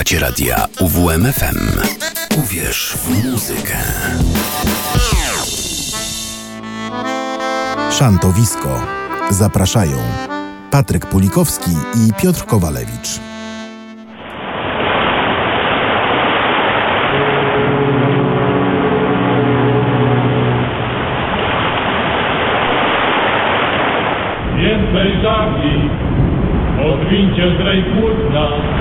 Słuchacie radia UWMFM. Uwierz w muzykę. Szantowisko. Zapraszają Patryk Pulikowski i Piotr Kowalewicz. Więcej żagli, odwincie zdrej płótna.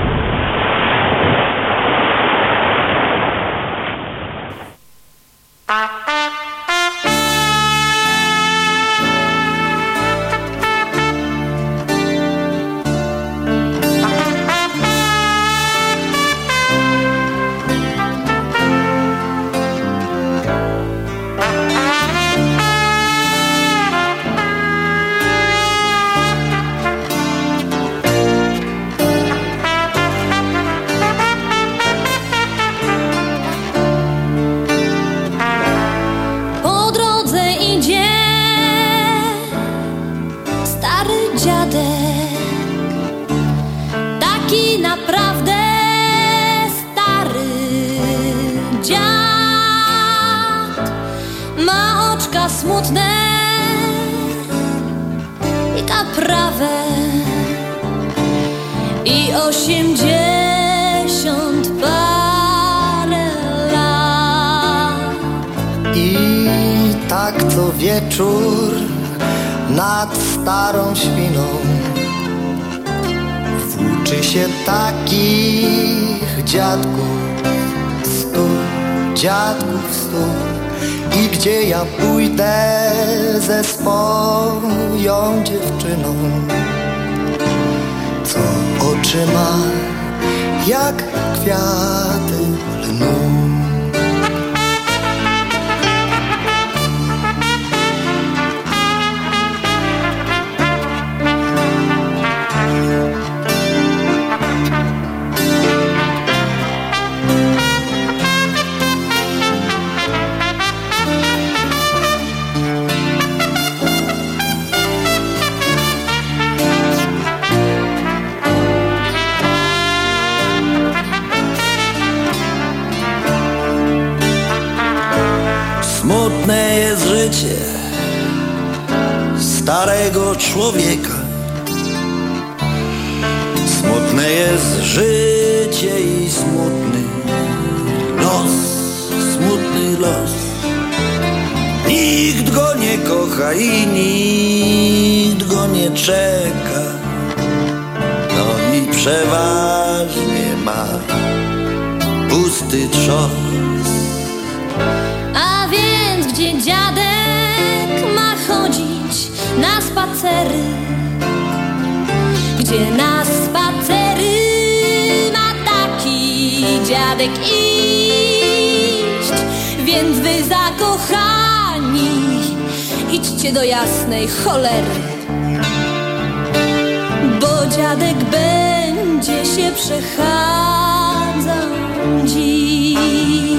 Smutne i kaprawe i 80 parę lat. I tak co wieczór nad starą świną włóczy się takich dziadków 100. I gdzie ja pójdę ze swoją dziewczyną, co oczy ma jak kwiaty lnu. Smutne jest życie starego człowieka. Smutne jest życie i smutny los. Nikt go nie kocha i nikt go nie czeka. No i przeważnie ma pusty trzos. Gdzie dziadek ma chodzić na spacery, gdzie na spacery ma taki dziadek iść. Więc wy zakochani idźcie do jasnej cholery, bo dziadek będzie się przechadzał dziś.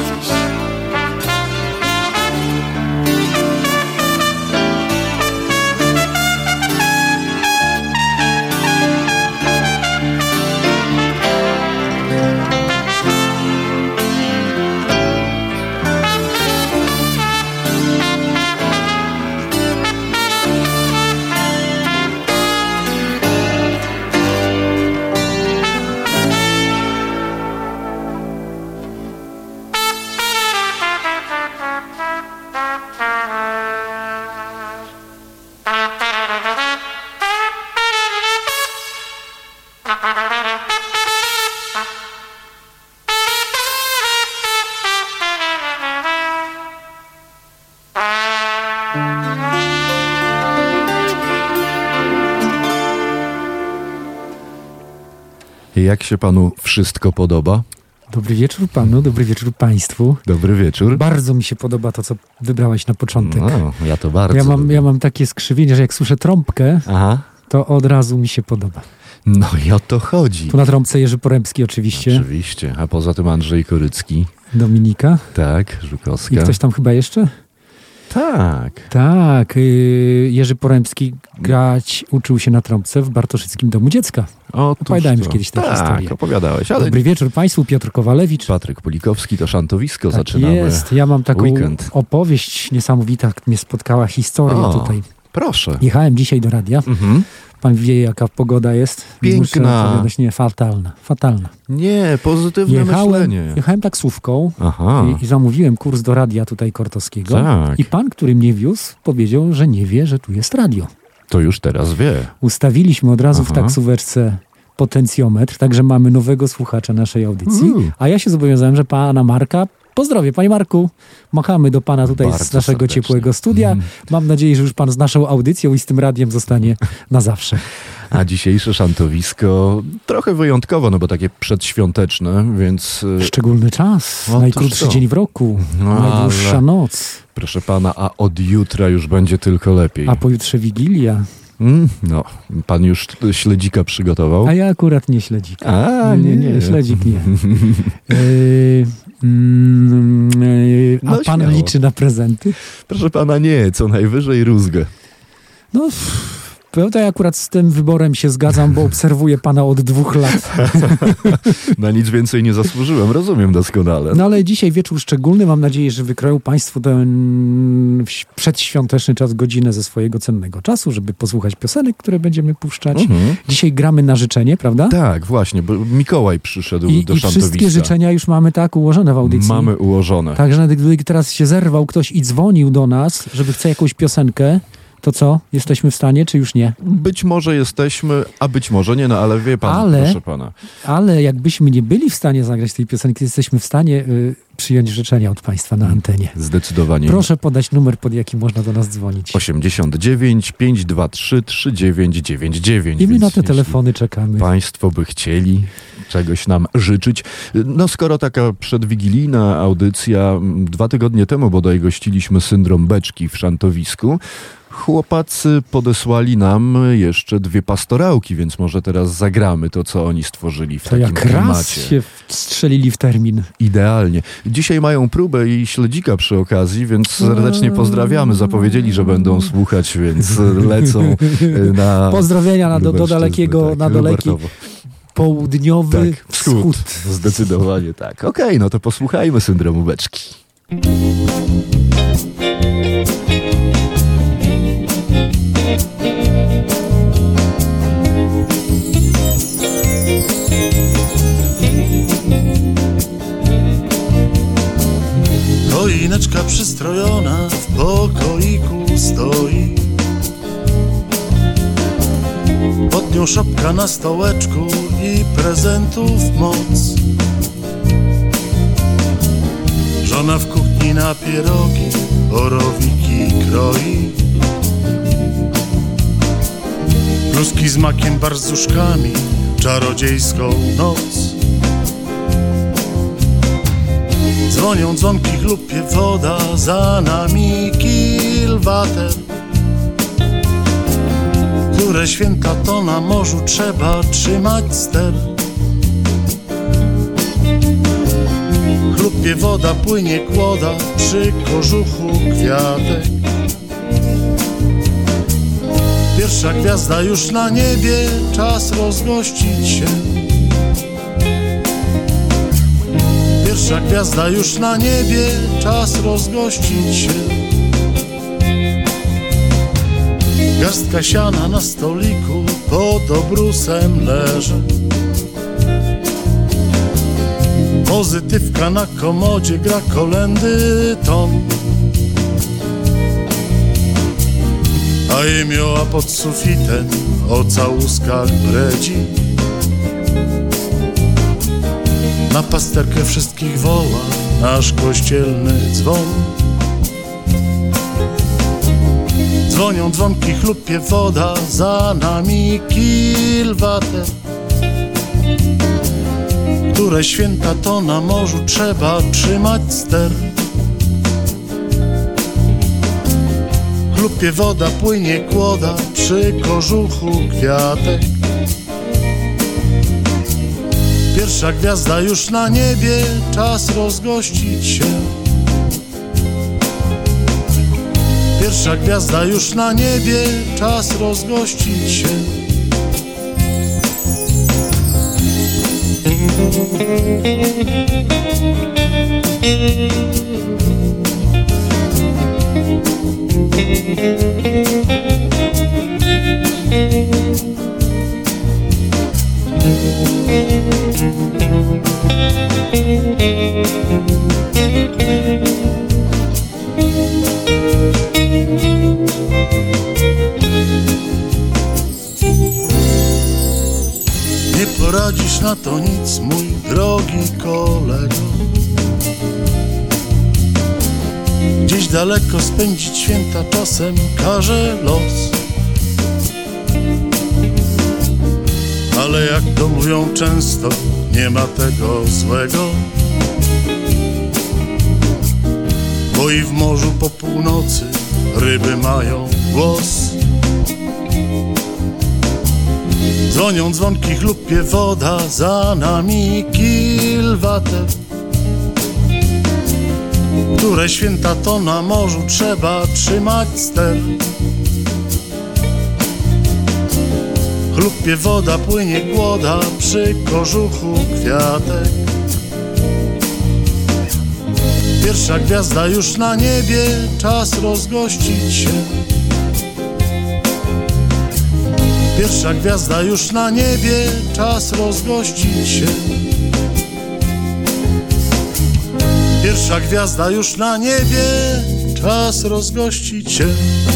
Jak się panu wszystko podoba? Dobry wieczór panu, dobry wieczór państwu. Dobry wieczór. Bardzo mi się podoba to, co wybrałeś na początek. No, ja to bardzo. Ja mam takie skrzywienie, że jak słyszę trąbkę, to od razu mi się podoba. No i o to chodzi. Tu na trąbce Jerzy Porębski oczywiście. Oczywiście, a poza tym Andrzej Korycki. Dominika. Tak, Żukowska. I ktoś tam chyba jeszcze? Tak. Jerzy Porębski uczył się na trąbce w Bartoszyckim Domu Dziecka. Opowiadałem już kiedyś tę historię. Tak, opowiadałeś. Ale... Dobry wieczór Państwu, Piotr Kowalewicz. Patryk Pulikowski, to Szantowisko, tak zaczynamy jest. Ja mam taką weekend. opowieść niesamowita, mnie spotkała historia tutaj. Proszę. Jechałem dzisiaj do radia. Pan wie, jaka pogoda jest? Piękna. Nie, fatalna. Nie, pozytywne myślenie. Jechałem taksówką i zamówiłem kurs do radia tutaj Kortowskiego. Tak. I pan, który mnie wiózł, powiedział, że nie wie, że tu jest radio. To już teraz wie. Ustawiliśmy od razu w taksóweczce potencjometr, także mamy nowego słuchacza naszej audycji. A ja się zobowiązałem, że pana Marka pozdrowię. Panie Marku, machamy do pana tutaj bardzo z naszego serdecznie. ciepłego studia. Mam nadzieję, że już pan z naszą audycją i z tym radiem zostanie na zawsze. A dzisiejsze Szantowisko trochę wyjątkowo, no bo takie przedświąteczne, więc... Szczególny czas, najkrótszy dzień w roku, najdłuższa noc. Proszę pana, a od jutra już będzie tylko lepiej. A pojutrze Wigilia. No, pan już śledzika przygotował? A ja akurat nie śledzika. Nie, śledzik nie. A pan śmiało. liczy na prezenty? Proszę pana, nie, co najwyżej rózgę. No, prawda, ja akurat z tym wyborem się zgadzam, bo obserwuję pana od 2 lat. Na nic więcej nie zasłużyłem, rozumiem doskonale. No ale dzisiaj wieczór szczególny, mam nadzieję, że wykroją państwo ten przedświąteczny czas, godzinę ze swojego cennego czasu, żeby posłuchać piosenek, które będziemy puszczać. Dzisiaj gramy na życzenie, prawda? Tak, właśnie, bo Mikołaj przyszedł do Szantowiska. I wszystkie życzenia już mamy tak ułożone w audycji. Mamy ułożone. Także nawet gdyby teraz się zerwał ktoś i dzwonił do nas, żeby chce jakąś piosenkę, to co? Jesteśmy w stanie, czy już nie? Być może jesteśmy, a być może nie, no ale wie pan, proszę pana. Ale jakbyśmy nie byli w stanie zagrać tej piosenki, jesteśmy w stanie przyjąć życzenia od państwa na antenie. Zdecydowanie. Proszę podać numer, pod jaki można do nas dzwonić. 89 523 3999. I my na te telefony czekamy. Państwo by chcieli czegoś nam życzyć. No skoro taka przedwigilijna audycja, 2 tygodnie temu bodaj gościliśmy Syndrom Beczki w Szantowisku, chłopacy podesłali nam jeszcze 2 pastorałki, więc może teraz zagramy to, co oni stworzyli w takim jak klimacie. raz się strzelili w termin. Idealnie. Dzisiaj mają próbę i śledzika przy okazji, więc serdecznie pozdrawiamy. Zapowiedzieli, że będą słuchać, więc lecą na... Pozdrowienia do dalekiego, tak, na daleki południowy wschód. Zdecydowanie tak. Okej, no to posłuchajmy Syndromu Beczki. Choineczka przystrojona w pokoiku stoi. Pod nią szopka na stołeczku i prezentów moc. Żona w kuchni na pierogi, borowiki kroi. Kluski z makiem, barzuszkami, czarodziejską noc. Dzwonią dzwonki, chlupie woda, za nami kilwater. Które święta to na morzu trzeba trzymać ster. Chlupie woda, płynie kłoda, przy kożuchu kwiatek. Pierwsza gwiazda już na niebie, czas rozgościć się. Pierwsza gwiazda już na niebie, czas rozgościć się. Garstka siana na stoliku, pod obrusem leży. Pozytywka na komodzie, gra kolędy ton. A jemioła pod sufitem o całuskach bredzi. Na pasterkę wszystkich woła nasz kościelny dzwon. Dzwonią dzwonki, chlupie woda, za nami kilwater. Które święta to na morzu trzeba trzymać ster. Chlupie woda, płynie kłoda, przy kożuchu kwiatek. Pierwsza gwiazda już na niebie, czas rozgościć się. Pierwsza gwiazda już na niebie, czas rozgościć się. Nie poradzisz na to nic, mój drogi kolego. Gdzieś daleko spędzić święta czasem każe los. Ale jak to mówią często, nie ma tego złego, bo i w morzu po północy ryby mają głos. Dzwonią dzwonki, chlupie woda, za nami kilwatem. Które święta to na morzu trzeba trzymać ster. Chlupie woda, płynie głoda przy kożuchu kwiatek. Pierwsza gwiazda już na niebie, czas rozgościć się. Pierwsza gwiazda już na niebie, czas rozgościć się. Pierwsza gwiazda już na niebie, czas rozgościć się.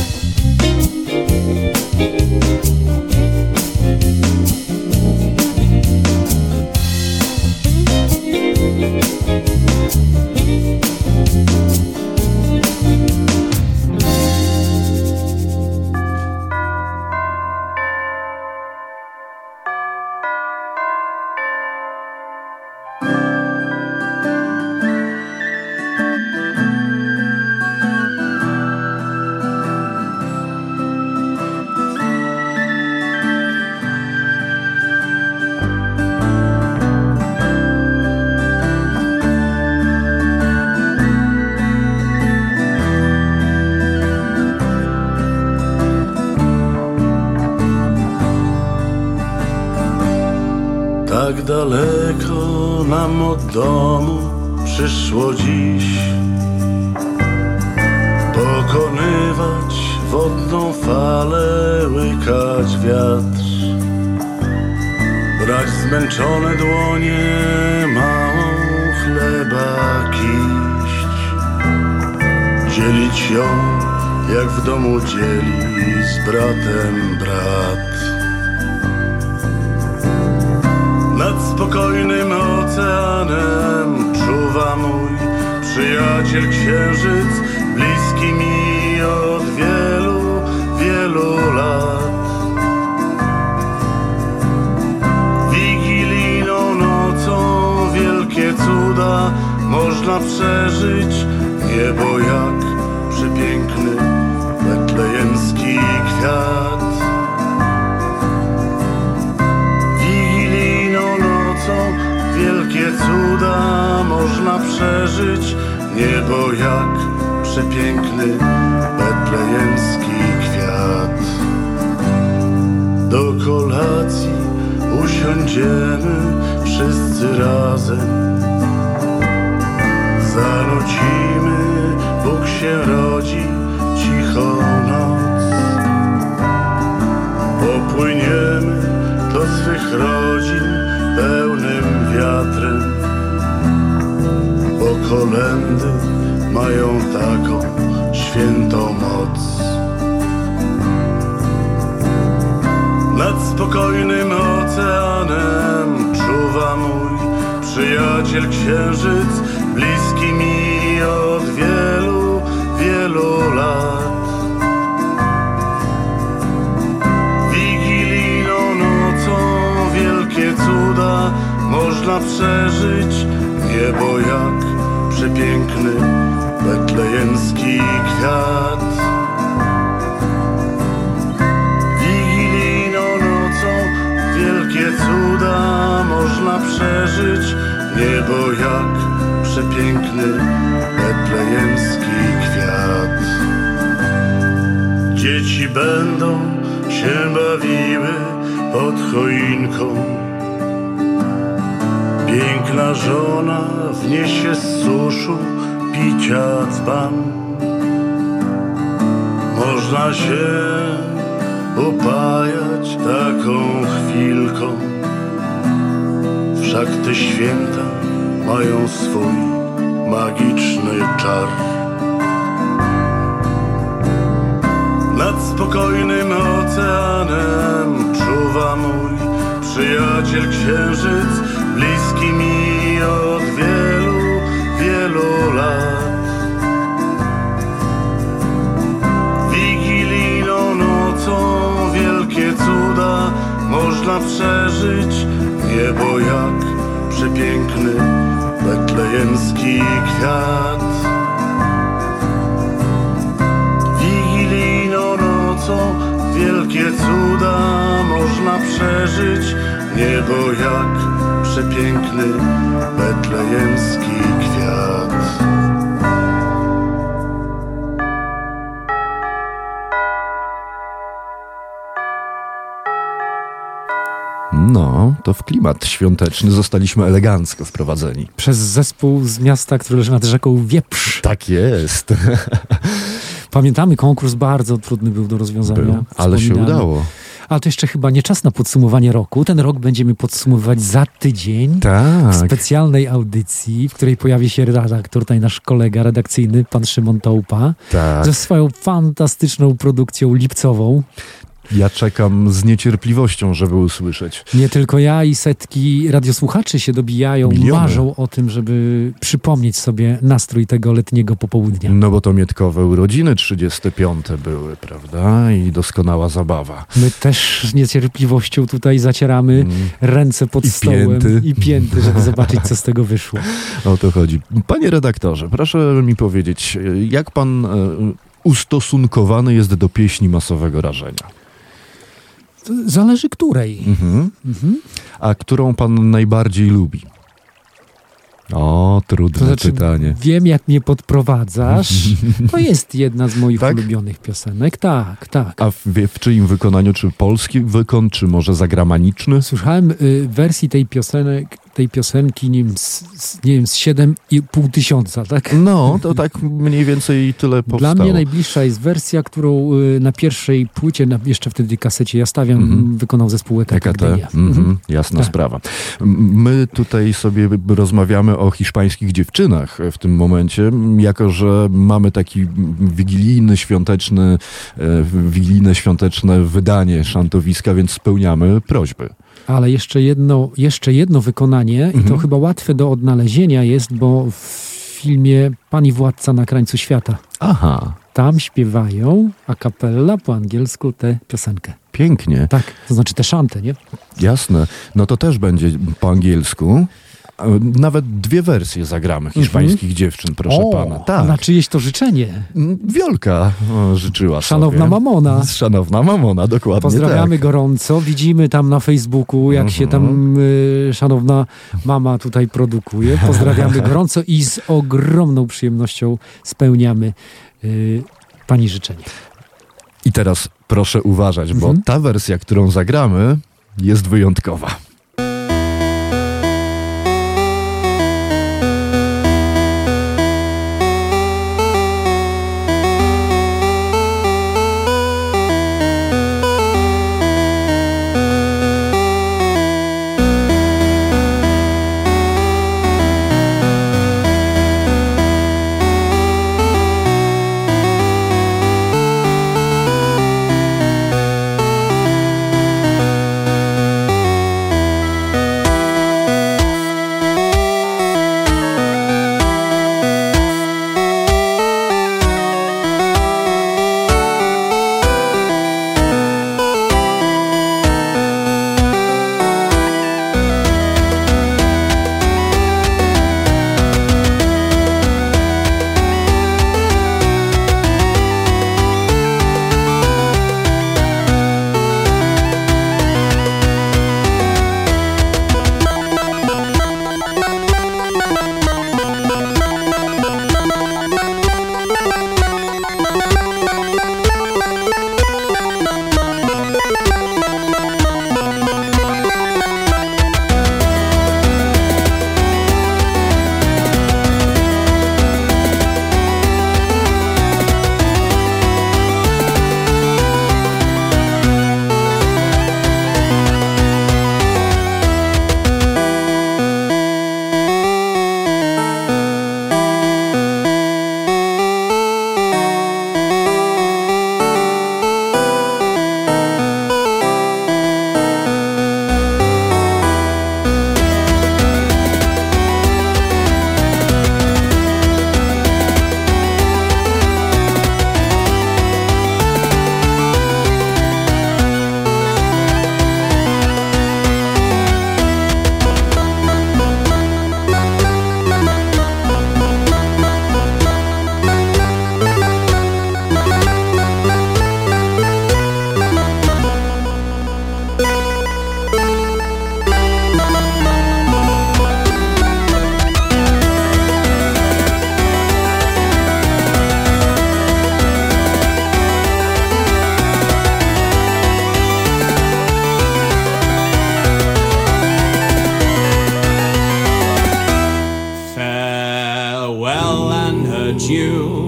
Tak daleko nam od domu przyszło dziś pokonywać wodną falę, łykać wiatr, brać zmęczone dłonie małą chleba kiść, dzielić ją jak w domu dzieli z bratem brat. Nad spokojnym oceanem czuwa mój przyjaciel księżyc, bliski mi od wielu, wielu lat. Wigilijną nocą wielkie cuda można przeżyć, niebo jak przepiękny betlejemski kwiat. Wielkie cuda można przeżyć, niebo jak przepiękny betlejemski kwiat. Do kolacji usiądziemy wszyscy razem, zanucimy, Bóg się rodzi, cicho noc. Popłyniemy do swych rodzin pełnym wiatrem, bo kolędy mają taką świętą moc. Nad spokojnym oceanem czuwa mój przyjaciel księżyc, bliski mi od wielu, wielu lat. Wigilijną nocą wielkie cuda można przeżyć, niebo jak przepiękny betlejemski kwiat. Wigilijną nocą wielkie cuda można przeżyć, niebo jak przepiękny betlejemski kwiat. Dzieci będą się bawiły pod choinką. Piękna żona wniesie z suszu picia dzban. Można się upajać taką chwilką. Wszak te święta mają swój magiczny czar. Nad spokojnym oceanem czuwa mój przyjaciel księżyc, bliski mi od wielu, wielu lat. Wigilijną nocą wielkie cuda można przeżyć. Niebo jak przepiękny betlejemski kwiat. Wigilijną nocą wielkie cuda można przeżyć. Niebo jak przepiękny betlejemski kwiat. No, to w klimat świąteczny zostaliśmy elegancko wprowadzeni. Przez zespół z miasta, który leży nad rzeką Wieprz. Tak jest. Pamiętamy, konkurs bardzo trudny był do rozwiązania. Ale się udało. Ale to jeszcze chyba nie czas na podsumowanie roku. Ten rok będziemy podsumowywać za tydzień Tak. w specjalnej audycji, w której pojawi się redaktor, tutaj nasz kolega redakcyjny, pan Szymon Tołpa, Tak. ze swoją fantastyczną produkcją lipcową. Ja czekam z niecierpliwością, żeby usłyszeć. Nie tylko ja i setki radiosłuchaczy się dobijają, Miliony. marzą o tym, żeby przypomnieć sobie nastrój tego letniego popołudnia. No bo to Mietkowe urodziny 35 były, prawda? I doskonała zabawa. My też z niecierpliwością tutaj zacieramy ręce pod I stołem pięty. i pięty, żeby zobaczyć, co z tego wyszło. O to chodzi. Panie redaktorze, proszę mi powiedzieć, jak pan ustosunkowany jest do pieśni masowego rażenia? Zależy której. A którą pan najbardziej lubi? O, trudne To znaczy, pytanie. wiem, jak mnie podprowadzasz. To jest jedna z moich Tak? ulubionych piosenek. Tak, tak. A w czyim wykonaniu? Czy polski wykon, czy może zagraniczny? Słyszałem wersji tej piosenki, nie wiem, z 7,5 tysiąca, tak? No, to tak mniej więcej tyle powstało. Dla mnie najbliższa jest wersja, którą na pierwszej płycie, jeszcze wtedy kasecie, ja stawiam, wykonał zespół EKT. Jasna Tak. sprawa. My tutaj sobie rozmawiamy o hiszpańskich dziewczynach w tym momencie, jako że mamy taki wigilijne świąteczne wydanie szantowiska, więc spełniamy prośby. Ale jeszcze jedno wykonanie i to chyba łatwe do odnalezienia jest, bo w filmie Pani Władca na krańcu świata. Aha, Tam śpiewają a cappella po angielsku tę piosenkę. pięknie, Tak, to znaczy tę szantę, nie? jasne. No to też będzie po angielsku. Nawet dwie wersje zagramy hiszpańskich dziewczyn, proszę pana. Tak. Na czyjeś to życzenie. Wiolka życzyła Szanowna sobie. Mamona. Szanowna Mamona, dokładnie. Pozdrawiamy tak. gorąco. Widzimy tam na Facebooku, jak się tam szanowna mama tutaj produkuje. Pozdrawiamy gorąco i z ogromną przyjemnością spełniamy pani życzenie. I teraz proszę uważać, bo ta wersja, którą zagramy, jest wyjątkowa.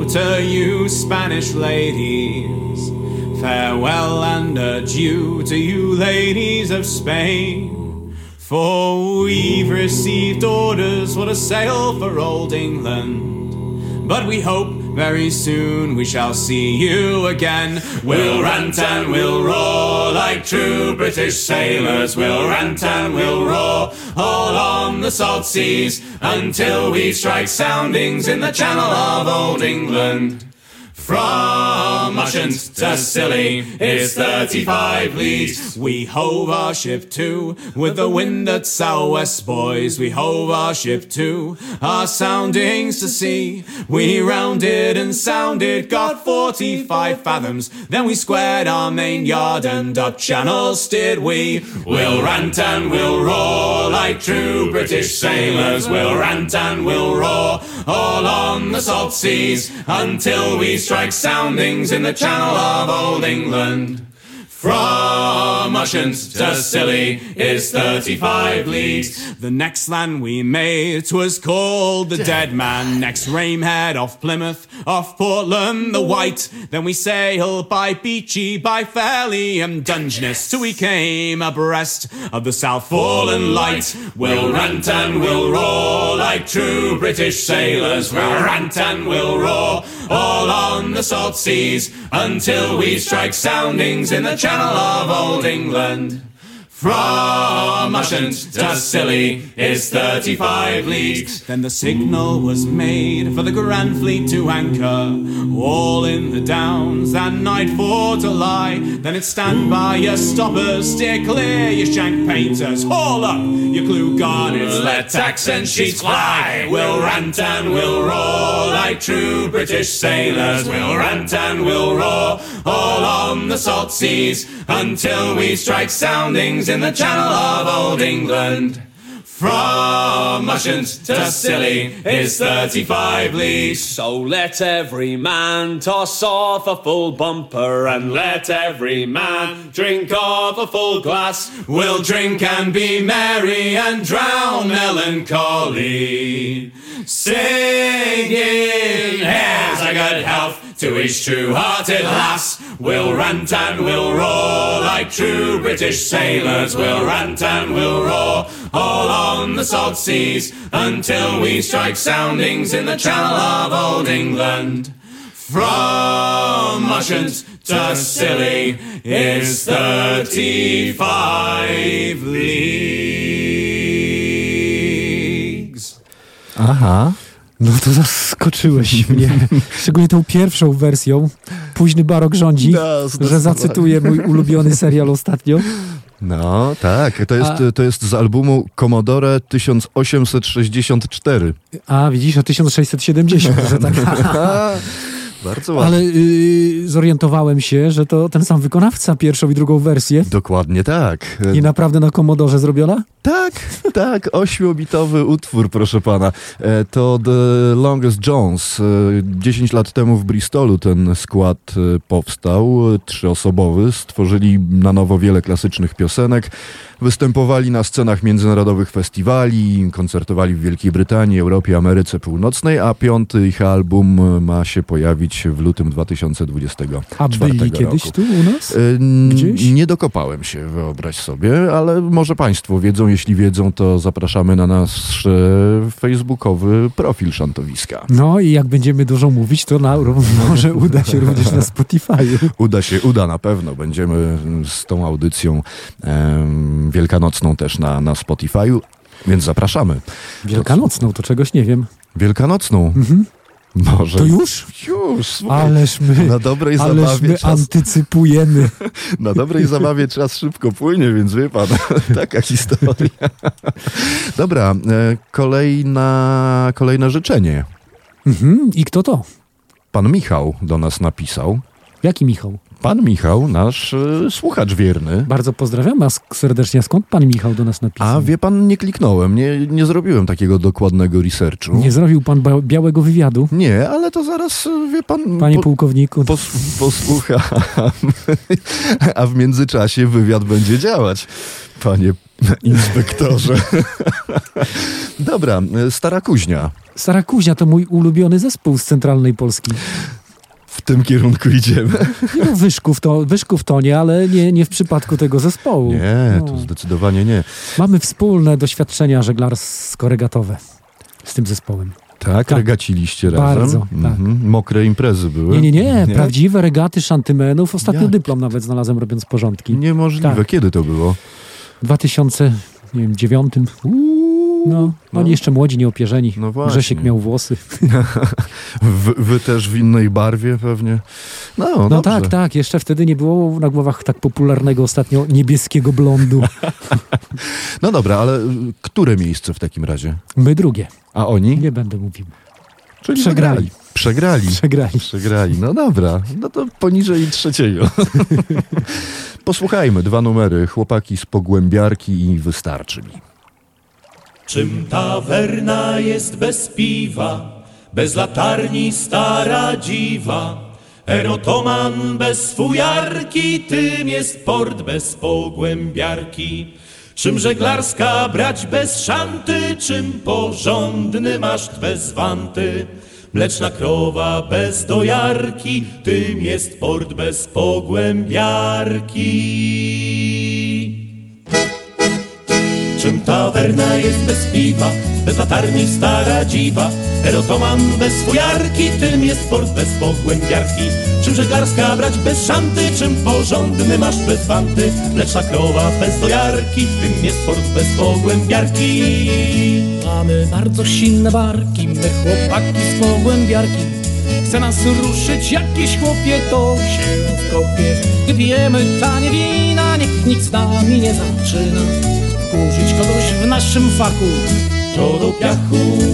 to you Spanish ladies. Farewell and adieu to you ladies of Spain. For we've received orders for to sail for old England. But we hope very soon we shall see you again. We'll rant and we'll roar like true British sailors. We'll rant and we'll roar all on the salt seas until we strike soundings in the channel of old England. From Ushant to Scilly is 35 leagues. We hove our ship to with the wind at southwest, boys. We hove our ship to, our soundings to sea. We rounded and sounded, got 45 fathoms. Then we squared our main yard and up channel steered we. We'll rant and we'll roar like true British sailors. We'll rant and we'll roar all on the salt seas until we strike soundings in the channel of old England. From Ushant to Scilly is 35 leagues. The next land we made 'twas called the Dead Man. Next Ramehead off Plymouth, off Portland the White. Then we sailed by Beachy, by Fairley and Dungeness till we came abreast of the South Foreland Light. We'll rant and we'll roar like true British sailors. We'll rant and we'll roar all on the salt seas until we strike soundings in the channel of old England. From Ushant to Scilly is 35 leagues. Then the signal was made for the Grand Fleet to anchor, all in the Downs that night for to lie. Then it's stand by your stoppers, steer clear your shank painters, haul up your glue garnets, let tacks and sheets fly. We'll rant and we'll roar like true British sailors. We'll rant and we'll roar all on the salt seas until we strike soundings in the channel of old England. From Ushant to Scilly is 35 leagues. So let every man toss off a full bumper and let every man drink off a full glass. We'll drink and be merry and drown melancholy, singing here's a good health to each true-hearted lass. We'll rant and we'll roar like true British sailors. We'll rant and we'll roar all on the salt seas until we strike soundings in the channel of old England. From Ushant to Scilly is 35 leagues. Aha. No to zaskoczyłeś mnie. Szczególnie tą pierwszą wersją. Późny barok rządzi, że zacytuję mój ulubiony serial ostatnio. No tak, to jest z albumu Commodore 1864. A widzisz, o 1670, że tak. Bardzo ładnie. Ale zorientowałem się, że to ten sam wykonawca pierwszą i drugą wersję. Dokładnie tak. I naprawdę na Commodore zrobiona? Tak, 8-bitowy utwór, proszę pana. To The Longest Jones. 10 lat temu w Bristolu ten skład powstał, 3-osobowy. Stworzyli na nowo wiele klasycznych piosenek. Występowali na scenach międzynarodowych festiwali, koncertowali w Wielkiej Brytanii, Europie, Ameryce Północnej, a 5. ich album ma się pojawić w lutym 2024 roku. A byli kiedyś tu u nas? Gdzieś? Nie dokopałem się, wyobraź sobie, ale może państwo wiedzą. Jeśli wiedzą, to zapraszamy na nasz facebookowy profil Szantowiska. No i jak będziemy dużo mówić, to może uda się również na Spotify. Uda na pewno. Będziemy z tą audycją wielkanocną też na Spotify'u, więc zapraszamy. Wielkanocną, to czegoś nie wiem. Wielkanocną? Mhm. Może. To już? Słuchaj, ależ my antycypujemy. Na dobrej zabawie czas szybko płynie, więc wie pan, taka historia. Dobra, kolejne życzenie. I kto to? Pan Michał do nas napisał. Jaki Michał? Pan Michał, nasz słuchacz wierny. Bardzo pozdrawiam, a serdecznie. Skąd pan Michał do nas napisał? A wie pan, nie kliknąłem, nie zrobiłem takiego dokładnego researchu. Nie zrobił pan białego wywiadu? Nie, ale to zaraz, wie pan... Panie pułkowniku. Posłucham. A w międzyczasie wywiad będzie działać, panie inspektorze. Dobra, Stara Kuźnia. Stara Kuźnia to mój ulubiony zespół z centralnej Polski. tym kierunku idziemy. No, Wyszków to nie, ale nie w przypadku tego zespołu. Nie, to zdecydowanie nie. Mamy wspólne doświadczenia żeglarsko-regatowe z tym zespołem. Tak, regaciliście razem? Bardzo, tak. Mokre imprezy były? Nie. Prawdziwe regaty szantymenów. Ostatnio dyplom nawet znalazłem, robiąc porządki. Niemożliwe. Tak. Kiedy to było? W 2009. Oni jeszcze młodzi, nieopierzeni. No właśnie. Grzesiek miał włosy. Wy też w innej barwie pewnie? No tak. Jeszcze wtedy nie było na głowach tak popularnego ostatnio niebieskiego blondu. No dobra, ale które miejsce w takim razie? My drugie. A oni? Nie będę mówił. Czyli Przegrali. No dobra, no to poniżej trzeciego. Posłuchajmy, 2 numery. Chłopaki z Pogłębiarki i Wystarczy mi. Czym tawerna jest bez piwa, bez latarni stara dziwa, erotoman bez fujarki, tym jest port bez Pogłębiarki. Czym żeglarska brać bez szanty, czym porządny maszt bez wanty, mleczna krowa bez dojarki, tym jest port bez Pogłębiarki. Czym tawerna jest bez piwa, bez latarni stara dziwa, erotoman bez fujarki, tym jest port bez Pogłębiarki. Czym żeglarska brać bez szanty, czym porządny masz bez wanty, mleczna krowa bez dojarki, tym jest port bez Pogłębiarki. Mamy bardzo silne barki, my chłopaki z Pogłębiarki. Chce nas ruszyć jakiś chłopie, to się wkopie. Gdy pijemy tanie wina, nikt z nami nie zaczyna. Kurzyć kogoś w naszym fachu to do piachu.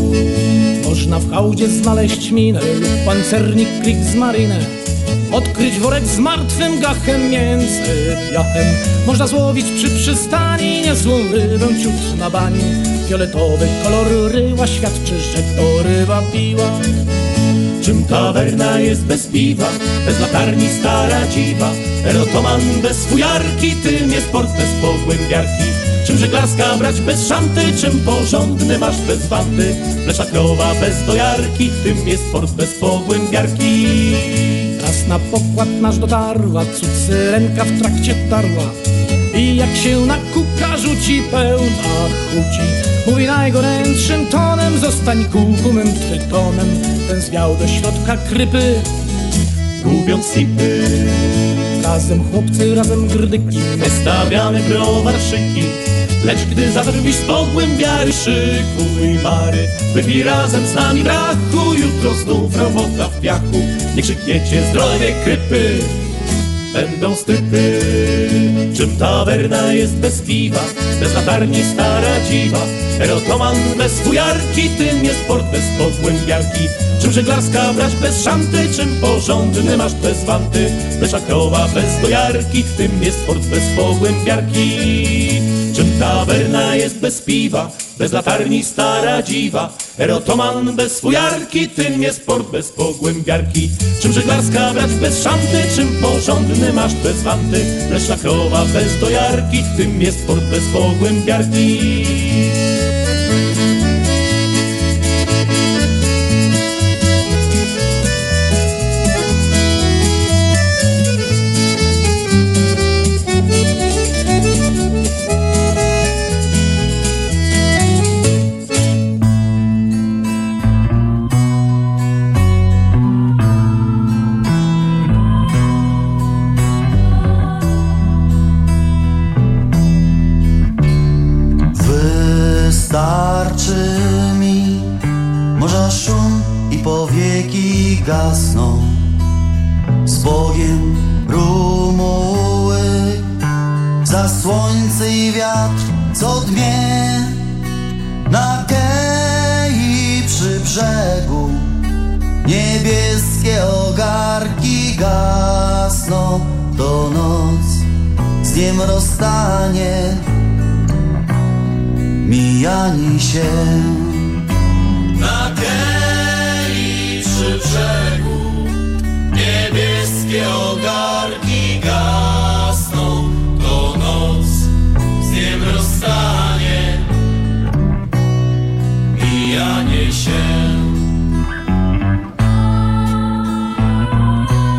Można w hałdzie znaleźć minę lub pancernik krik z marynę, odkryć worek z martwym gachem między piachem. Można złowić przy przystani niezłą rybę ciut na bani. Fioletowy kolor ryła świadczy, że to ryba piła. Czym tawerna jest bez piwa, bez latarni stara dziwa, erotoman bez fujarki, tym jest port bez Pogłębiarki. Czym żeglarska brać bez szanty, czym porządny masz bez wanty, mleczna krowa bez dojarki, tym jest port bez Pogłębiarki. Raz na pokład nasz dotarła, cud syrenka w trakcie tarła, i jak się na kuka rzuci, pełna chuci. Mówi najgorętszym tonem, zostań kukumym trytonem. Ten zwiał do środka krypy, gubiąc sipy. Razem chłopcy, razem grdyki, my stawiamy browarszyki. Lecz gdy zabrwisz z Pogłębiary, szykuj bary. Wypij razem z nami brachu, jutro znów robota w piachu. Nie krzykniecie zdrowie krypy, będą stypy. Czym tawerna jest bez piwa, bez latarni stara dziwa, erotoman bez fujarki, tym jest port bez Pogłębiarki. Czym żeglarska brać bez szanty, czym porządny masz bez wanty, mleczna krowa bez dojarki, tym jest port bez Pogłębiarki. Czym tawerna jest bez piwa, bez latarni stara dziwa, erotoman bez fujarki, tym jest port bez Pogłębiarki. Czym żeglarska brać bez szanty, czym porządny masz bez wanty, mleczna krowa bez dojarki, tym jest port bez Pogłębiarki. Wystarczy mi, morza szum i powieki gasną, z Bogiem rumuły, za słońce i wiatr, co dmie na kei przy brzegu. Niebieskie ogarki gasną, to noc z dniem rozstanie, mijani się. Na kei przy brzegu niebieskie ogarki gasną, to noc z dniem rozstanie, mijanie się.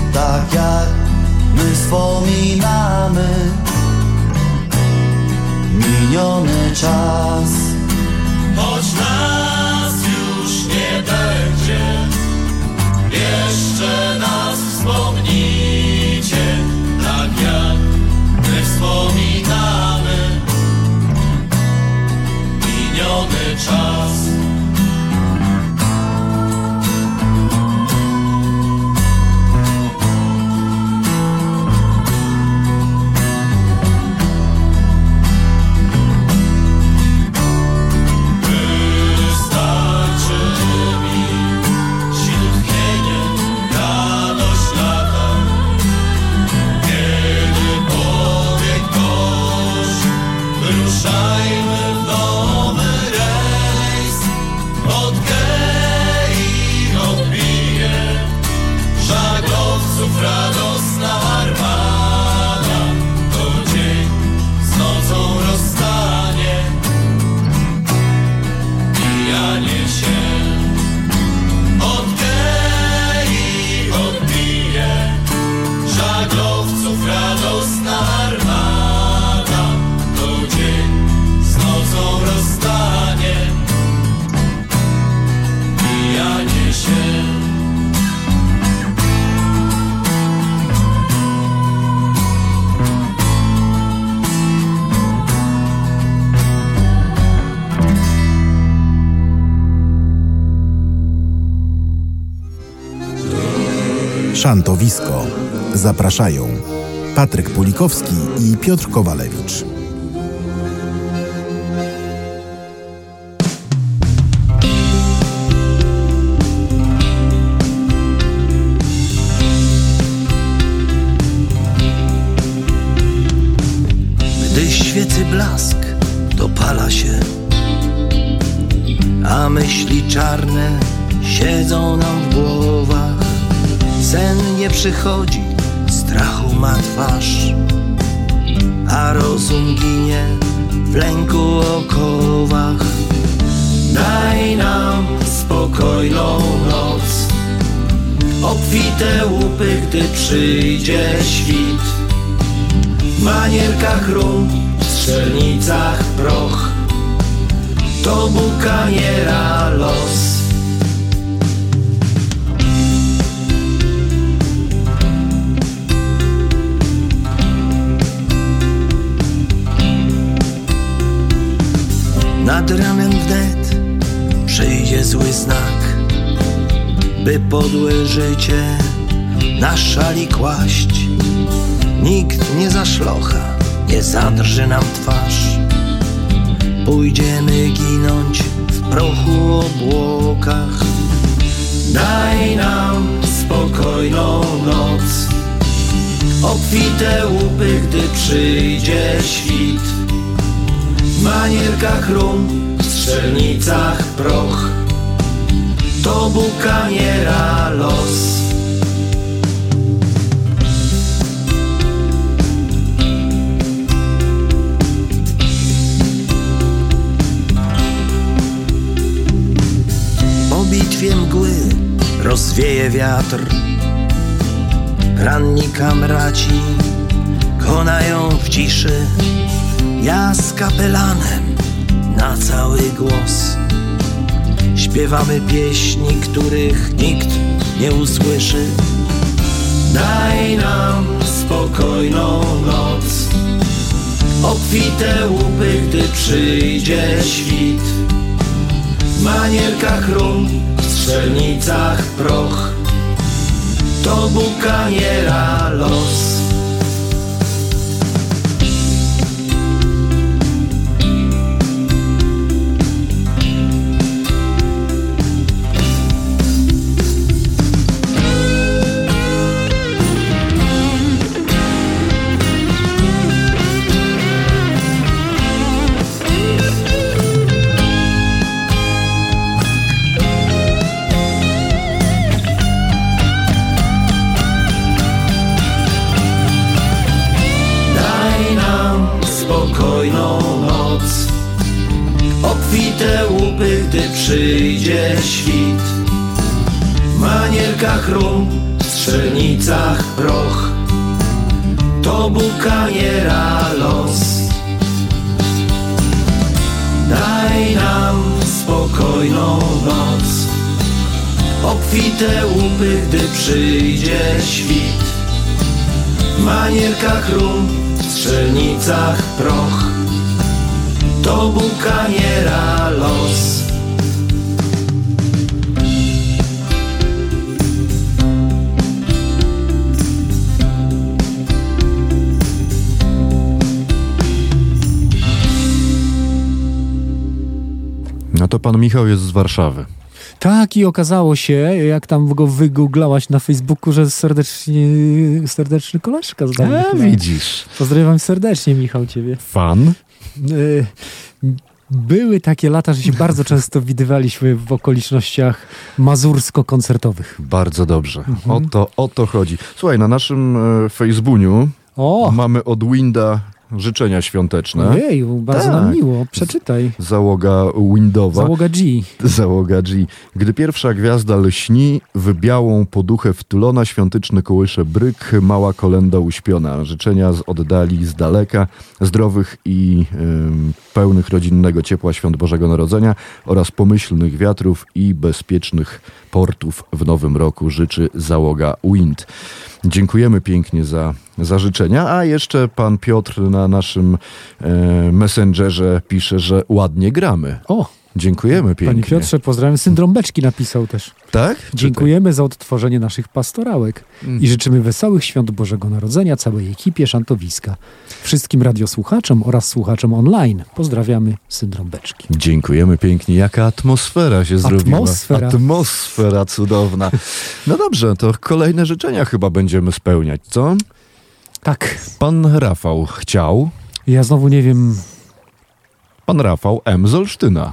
tak jak my wspominamy miniony czas. Choć nas już nie będzie, jeszcze nas wspomnijcie, tak jak my wspominamy miniony czas. Szantowisko. Zapraszają Patryk Pulikowski i Piotr Kowalewicz. Gdy świecy blask dopala się, a myśli czarne siedzą nam w głowach. Sen nie przychodzi, strachu ma twarz, a rozum ginie w lęku okowach. Daj nam spokojną noc, obfite łupy, gdy przyjdzie świt. W manierkach rum, w strzelnicach proch, to bukaniera los. Nad ranem wnet przyjdzie zły znak, by podłe życie na szali kłaść. Nikt nie zaszlocha, nie zadrży nam twarz. Pójdziemy ginąć w prochu obłokach. Daj nam spokojną noc, obfite łupy, gdy przyjdzie świt. W manierkach rum, w strzelnicach proch, to bukaniera los. Po bitwie mgły rozwieje wiatr, ranni kamraci konają w ciszy. Ja z kapelanem na cały głos śpiewamy pieśni, których nikt nie usłyszy. Daj nam spokojną noc, obfite łupy, gdy przyjdzie świt. W manierkach rum, w strzelnicach proch, to bukaniera los. Obfite łupy, gdy przyjdzie świt. W manierkach rum, w strzelnicach proch. To bukaniera los. Daj nam spokojną noc, obfite łupy, gdy przyjdzie świt. W manierkach rum, w strzelnicach proch. To bukaniera los. No to pan Michał jest z Warszawy. Tak, i okazało się, jak tam go wygooglałaś na Facebooku, że serdeczny koleżka zdalny. Widzisz. Pozdrawiam serdecznie, Michał, ciebie. Fan? Były takie lata, że się bardzo często widywaliśmy w okolicznościach mazursko-koncertowych. Bardzo dobrze. O to chodzi. Słuchaj, na naszym Facebooku mamy od Winda życzenia świąteczne. Ojej, bardzo nam miło. Przeczytaj. Załoga Windowa. Załoga G. Gdy pierwsza gwiazda lśni, w białą poduchę wtulona, świąteczny kołysze bryk, mała kolenda uśpiona. Życzenia z oddali, z daleka, zdrowych i pełnych rodzinnego ciepła świąt Bożego Narodzenia oraz pomyślnych wiatrów i bezpiecznych portów w nowym roku życzy załoga Wind. Dziękujemy pięknie za życzenia, a jeszcze pan Piotr na naszym Messengerze pisze, że ładnie gramy. Dziękujemy pięknie. Panie Piotrze, pozdrawiam. Syndrom Beczki napisał też. Tak? Dziękujemy za odtworzenie naszych pastorałek i życzymy wesołych świąt Bożego Narodzenia całej ekipie Szantowiska. Wszystkim radiosłuchaczom oraz słuchaczom online. Pozdrawiamy, Syndrom Beczki. Dziękujemy pięknie. Jaka atmosfera się zrobiła. Atmosfera cudowna. No dobrze, to kolejne życzenia chyba będziemy spełniać, co? Tak. Pan Rafał chciał. Ja znowu nie wiem. Pan Rafał M. z Olsztyna.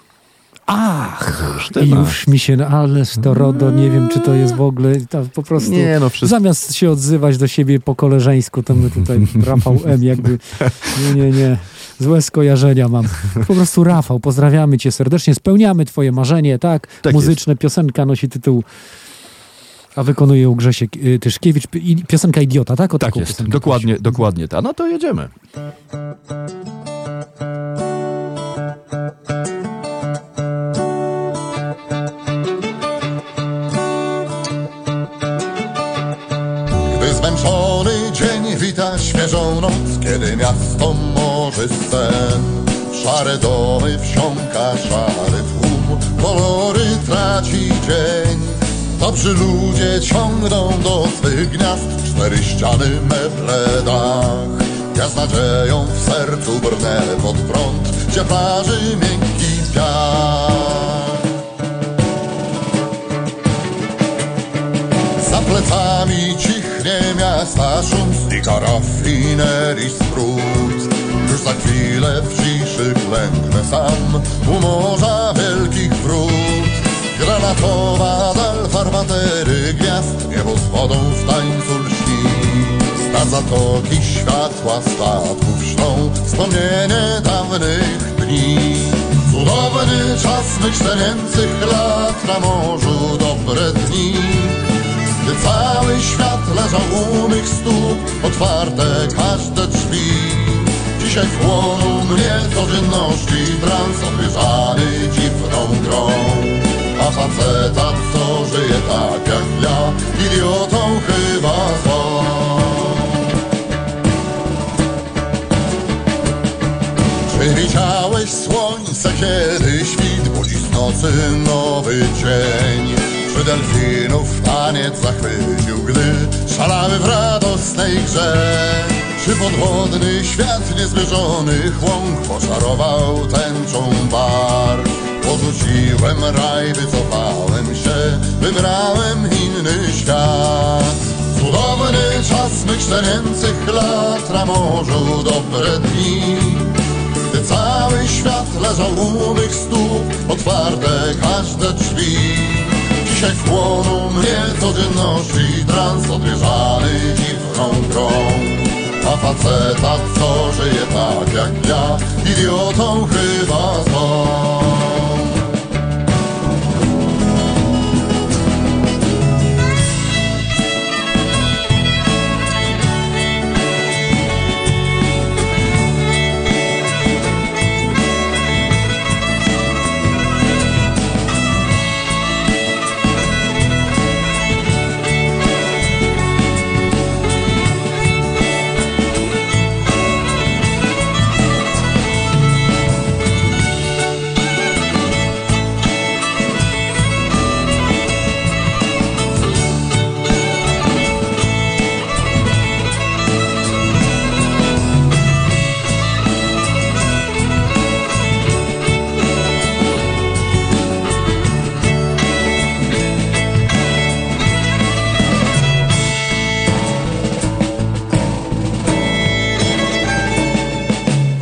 I już mi się, ależ to RODO, nie wiem, czy to jest w ogóle, po prostu zamiast się odzywać do siebie po koleżeńsku, to my tutaj Rafał M. jakby, nie, złe skojarzenia mam. Po prostu Rafał, pozdrawiamy cię serdecznie, spełniamy twoje marzenie, tak muzyczne, piosenka nosi tytuł, a wykonuje ją Grzesiek Tyszkiewicz, piosenka Idiota, tak? Tak jest, dokładnie ta. No to jedziemy. Zmęczony dzień wita świeżą noc, kiedy miasto morzy sen. Szare domy wsiąka szary tłum, kolory traci dzień. Dobrzy ludzie ciągną do swych gniazd, 4 ściany, meble, dach. Ja z nadzieją w sercu brnę pod prąd, gdzie plaży miękki piach. Za plecami cichnie miasta szum, znika rafinerii smród. Już za chwilę w ciszy klęknę sam u morza wielkich wrót. Granatowa dal farmatery gwiazd, niebo z wodą w tańcu lśni. Z zatoki światła statków szną wspomnienie dawnych dni. Cudowny czas mych szaleńcych lat, na morzu dobre dni. Gdy cały świat leżał u mych stóp, otwarte każde drzwi. Dzisiaj wchłonął mnie codzienności trans, obierzany dziwną grą. A faceta, co żyje tak jak ja, idiotą chyba zwał. Czy widziałeś słońce, kiedy świt budzi z nocy nowy dzień? Czy delfinów taniec zachwycił, gdy szalały w radosnej grze? Czy podwodny świat niezmierzonych łąk poczarował tęczą barw? Porzuciłem raj, wycofałem się, wybrałem inny świat. Cudowny czas mych szaleńcych lat, na morzu dobre dni. Gdy cały świat leżał u mych stóp, otwarte każde drzwi. Dzisiaj wchłonął mnie codzienności trans, odwierzany dziwną grą. A faceta, co żyje tak jak ja, idiotą chyba zwał.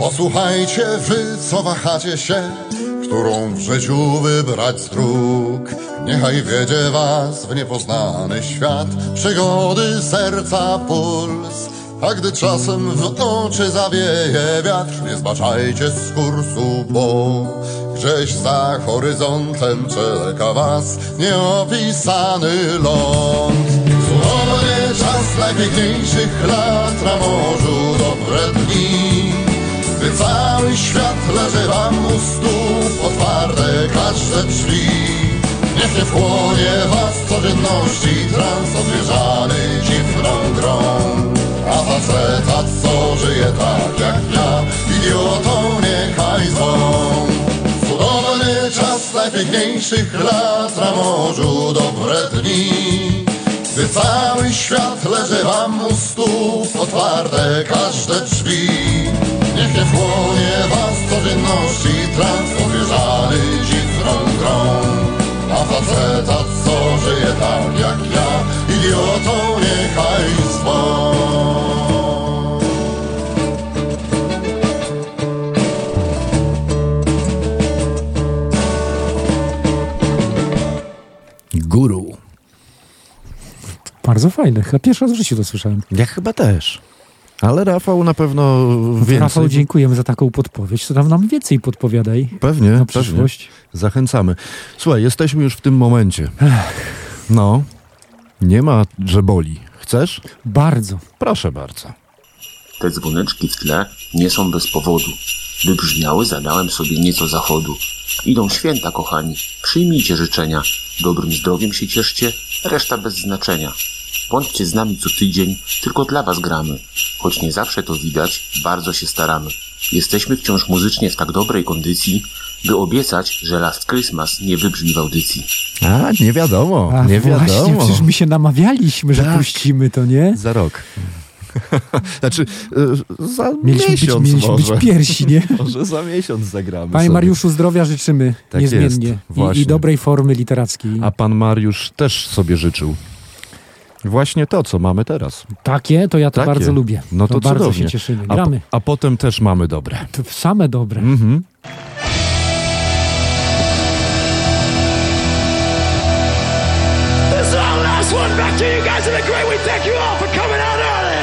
Posłuchajcie wy, co wahacie się, którą w życiu wybrać z dróg. Niechaj wiedzie was w niepoznany świat przygody serca puls. A gdy czasem w oczy zawieje wiatr, nie zbaczajcie z kursu, bo gdzieś za horyzontem czeka was nieopisany ląd. Cudowny czas najpiękniejszych lat, na morzu dobre dni, gdy cały świat leży wam u stóp, otwarte każde drzwi. Niech nie wchłonie was codzienności trans odwierzany dziwną grą. A faceta, co żyje tak jak ja, idiotą niechaj zwą. Cudowny czas najpiękniejszych lat, na morzu dobre dni, gdy cały świat leży wam u stóp, otwarte każde drzwi. Niech nie wchłonie was codzienności trans odwierzany dziwną grą. A faceta, co żyje tak jak ja, idiotą niechaj zwą. Guru. Bardzo fajne. Chyba pierwszy raz w życiu to słyszałem. Ja chyba też. Ale Rafał na pewno więcej. Rafał, dziękujemy za taką podpowiedź. To nam więcej podpowiadaj. Pewnie, na przyszłość. Pewnie. Zachęcamy. Słuchaj, jesteśmy już w tym momencie. No, nie ma, że boli. Chcesz? Bardzo. Proszę bardzo. Te dzwoneczki w tle nie są bez powodu. By brzmiały, zadałem sobie nieco zachodu. Idą święta, kochani. Przyjmijcie życzenia. Dobrym zdrowiem się cieszcie, reszta bez znaczenia. Bądźcie z nami co tydzień, tylko dla was gramy. Choć nie zawsze to widać, bardzo się staramy. Jesteśmy wciąż muzycznie w tak dobrej kondycji, by obiecać, że Last Christmas nie wybrzmi w audycji. A, nie wiadomo, nie właśnie, wiadomo. Przecież my się namawialiśmy, że puścimy to, nie? Za rok. Znaczy, za mieliśmy miesiąc być pierwsi, nie? Może za miesiąc zagramy. Panie sobie. Mariuszu, zdrowia życzymy tak niezmiennie. I dobrej formy literackiej. A pan Mariusz też sobie życzył. Właśnie to, co mamy teraz. Takie, to ja to bardzo lubię. No to bardzo cudownie. się cieszymy. Gramy. A potem też mamy dobre. To same dobre. Mhm. This is our last one. Back to you guys in the great. We thank you all for coming out early.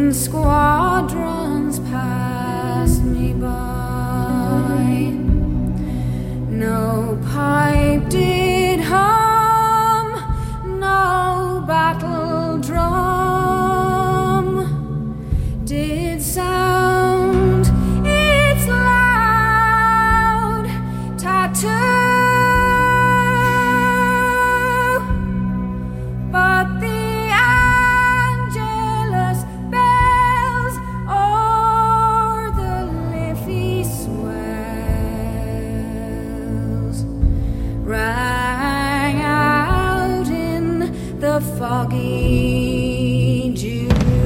squadrons passed me by. No pipe did hum, no battle drum did sound its loud tattoo. But the Angelus bells o'er the Liffey swells rang out in the foggy dew.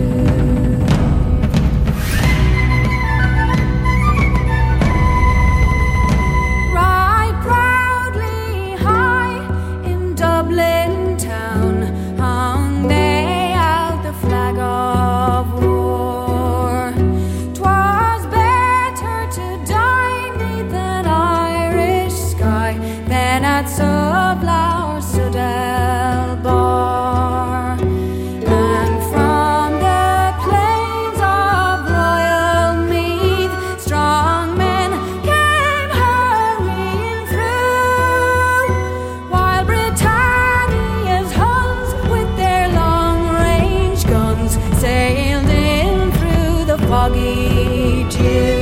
Right proudly high in Dublin town hung they out the flag of war. 'Twas better to die 'neath an Irish sky than at Sublime or Sudell Bar. And from the plains of Royal Meath strong men came hurrying through, while Britannia's Huns with their long-range guns sailed in through the foggy dew.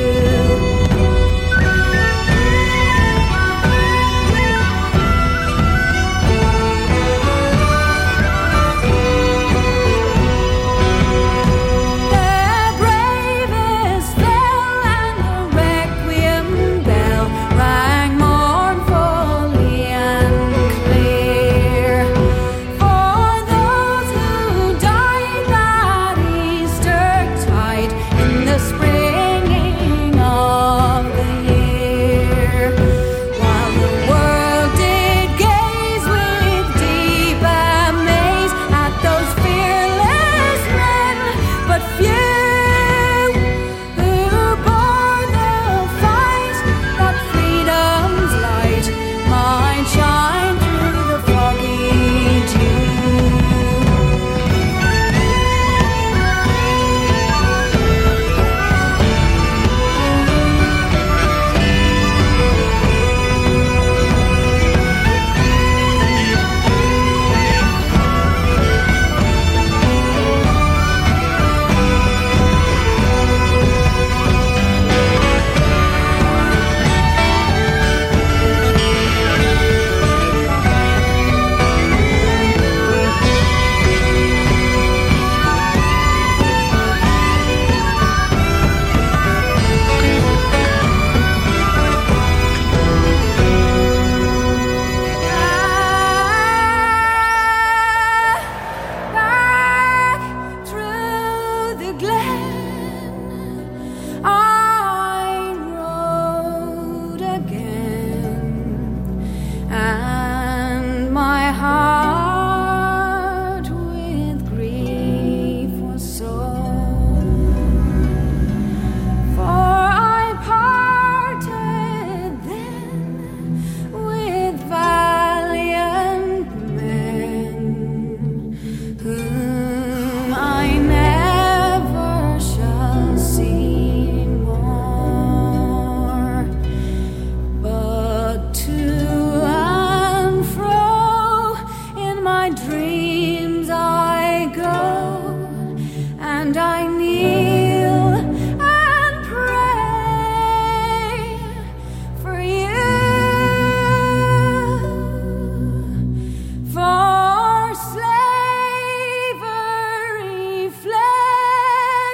The bravest fell and the requiem bell rang mournfully and clear for those who died that Easter tide in the springing of the year, while the world did gaze with deep amaze at those fearless men, but few who bore the fight that freedom's light might shine through the foggy dew. Back through the glen I rode again, and my heart with grief was sore, for I parted then with valiant men whom I never shall see more. But to and fro in my dreams I go, and I kneel and pray for you. For slavery fled,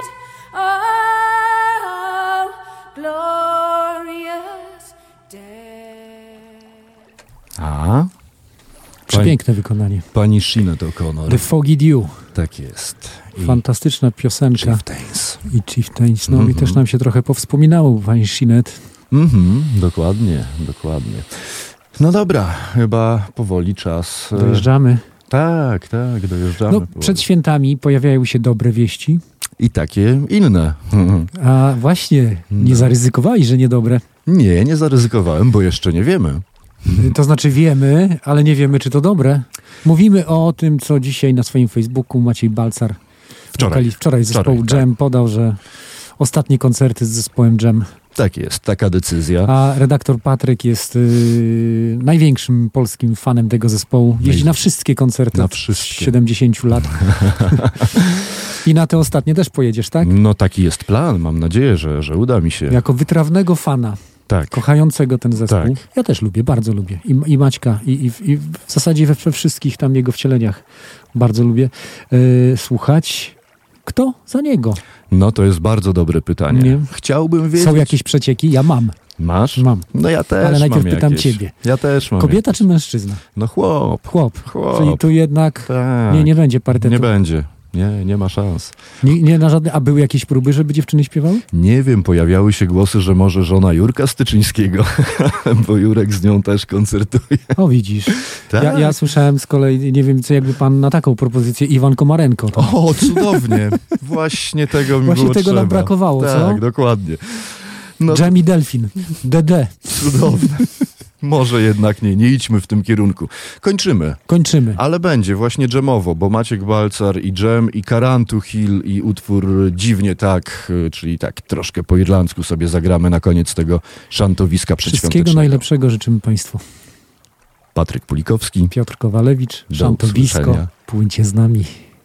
oh, glorious day. A? Przepiękne wykonanie. Pani Sinead O'Connor. The Foggy Dew. Tak jest. Fantastyczna piosenka. Chieftains. I Chieftains. No i też nam się trochę powspominało pani Sinead. Dokładnie. No dobra, chyba powoli czas. Dojeżdżamy. Tak, dojeżdżamy. No, przed świętami pojawiają się dobre wieści. I takie inne. A właśnie, nie zaryzykowali, że niedobre. Nie zaryzykowałem, bo jeszcze nie wiemy. To znaczy wiemy, ale nie wiemy, czy to dobre. Mówimy o tym, co dzisiaj na swoim Facebooku Maciej Balcar Wczoraj zespołu Jam podał, że ostatnie koncerty z zespołem Jam. Tak jest, taka decyzja. A redaktor Patryk jest największym polskim fanem tego zespołu. Jeździ na wszystkie koncerty od 70 lat. I na te ostatnie też pojedziesz, tak? No taki jest plan, mam nadzieję, że uda mi się. Jako wytrawnego fana, kochającego ten zespół. Tak. Ja też lubię, bardzo lubię. I Maćka, i w zasadzie we wszystkich tam jego wcieleniach bardzo lubię słuchać. Kto za niego? No to jest bardzo dobre pytanie. Nie? Chciałbym wiedzieć. Są jakieś przecieki? Ja mam. Masz? Mam. No ja też ale najpierw mam pytam jakieś. ciebie. Ja też mam. Kobieta czy mężczyzna? No chłop. Czyli tu jednak nie będzie parytetu. Nie będzie. Nie ma szans. Nie na żadne. A były jakieś próby, żeby dziewczyny śpiewały? Nie wiem, pojawiały się głosy, że może żona Jurka Styczyńskiego, bo Jurek z nią też koncertuje. O, widzisz. Tak. Ja słyszałem z kolei, nie wiem, co jakby pan na taką propozycję, Iwan Komarenko. Tak? O, cudownie. Właśnie tego mi Właśnie było tego trzeba. nam brakowało, tak, co? Tak, dokładnie. No Jamie Delfin. DD. Cudowne. Może jednak nie idźmy w tym kierunku. Kończymy. Ale będzie właśnie dżemowo, bo Maciek Balcar i dżem, i Karantu Hill, i utwór Dziwnie Tak, czyli tak troszkę po irlandzku sobie zagramy na koniec tego szantowiska przedświątecznego. Wszystkiego najlepszego życzymy Państwu. Patryk Pulikowski, Piotr Kowalewicz, szantowisko, płyńcie z nami.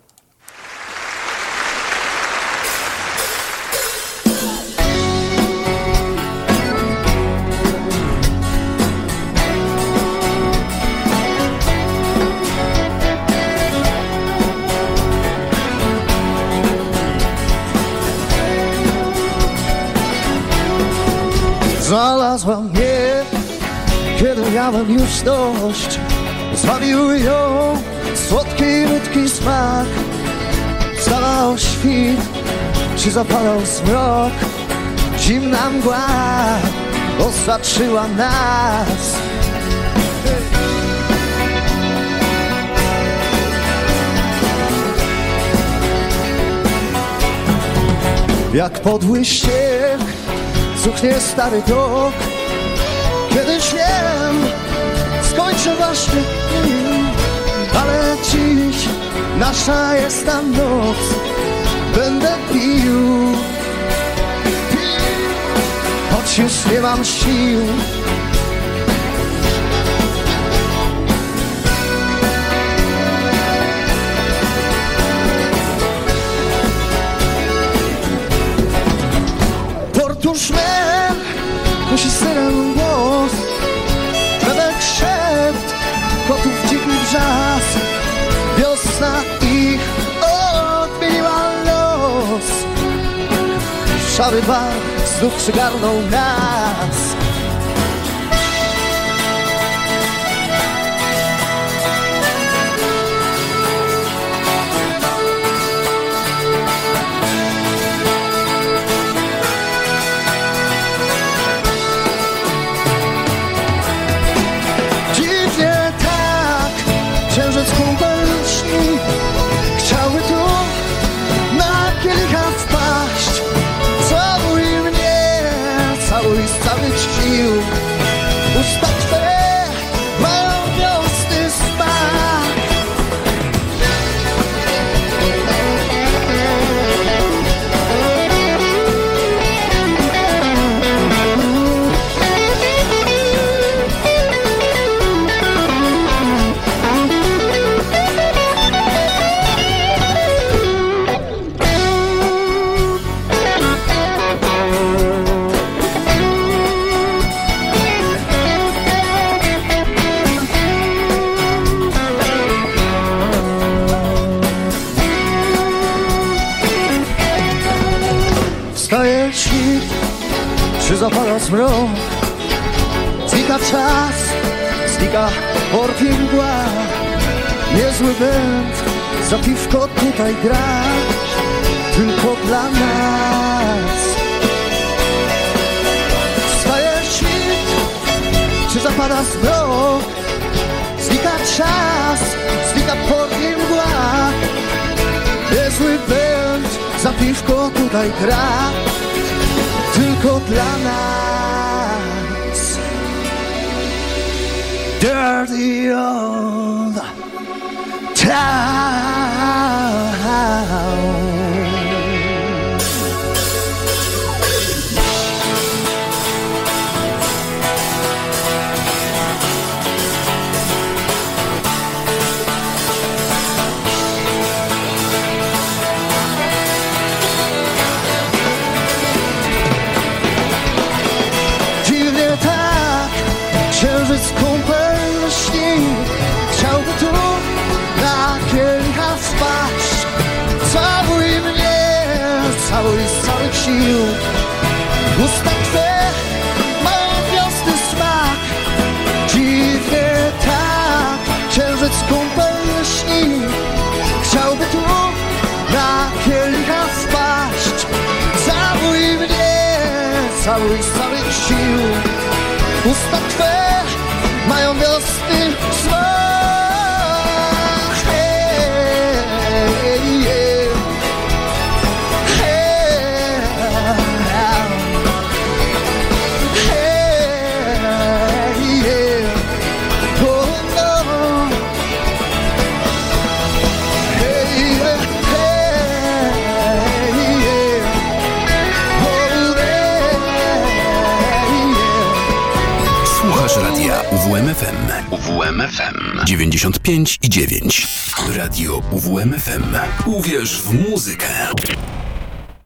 Znalazła mnie, kiedy miałem już dość. Zwabił ją słodki, nutki smak. Wstawał świt, czy zapadał zmrok. Zimna mgła osaczyła nas. Jak podły ścież cuchnie stary dok. Kiedyś wiem, skończę właśnie nim, ale dziś nasza jest ta noc. Będę pił, choć już nie mam sił. Portuszmen musi syren głos, bebek szept, kotów dziki wrzask. Wiosna ich odmieniła los. Szary bar znów przygarnął nas. Księżyc kubełczni chciały tu na kielicha wpaść. Całuj mnie, całuj z całych sił. Usta twe mają wiosny smak. Wstaje świt, czy zapada zmrok. Znika czas, znika orki mgła. Niezły będ, za piwko tutaj gra, tylko dla nas. Wstaje świt, czy zapada zmrok. Znika czas, znika orki mgła. Niezły będ, za piwko tutaj gra, tylko dla nas. Dirty old town. całuj z całych sił. Usta twe mają wiosny smak, dziwnie tak, księżyc kumpel śni. Chciałby tu na kielicha wpaść. Całuj mnie, całuj z całych sił. Usta twe mają wiosny smak. UWMFM. UWMFM 95,9. Radio UWMFM. Uwierz w muzykę.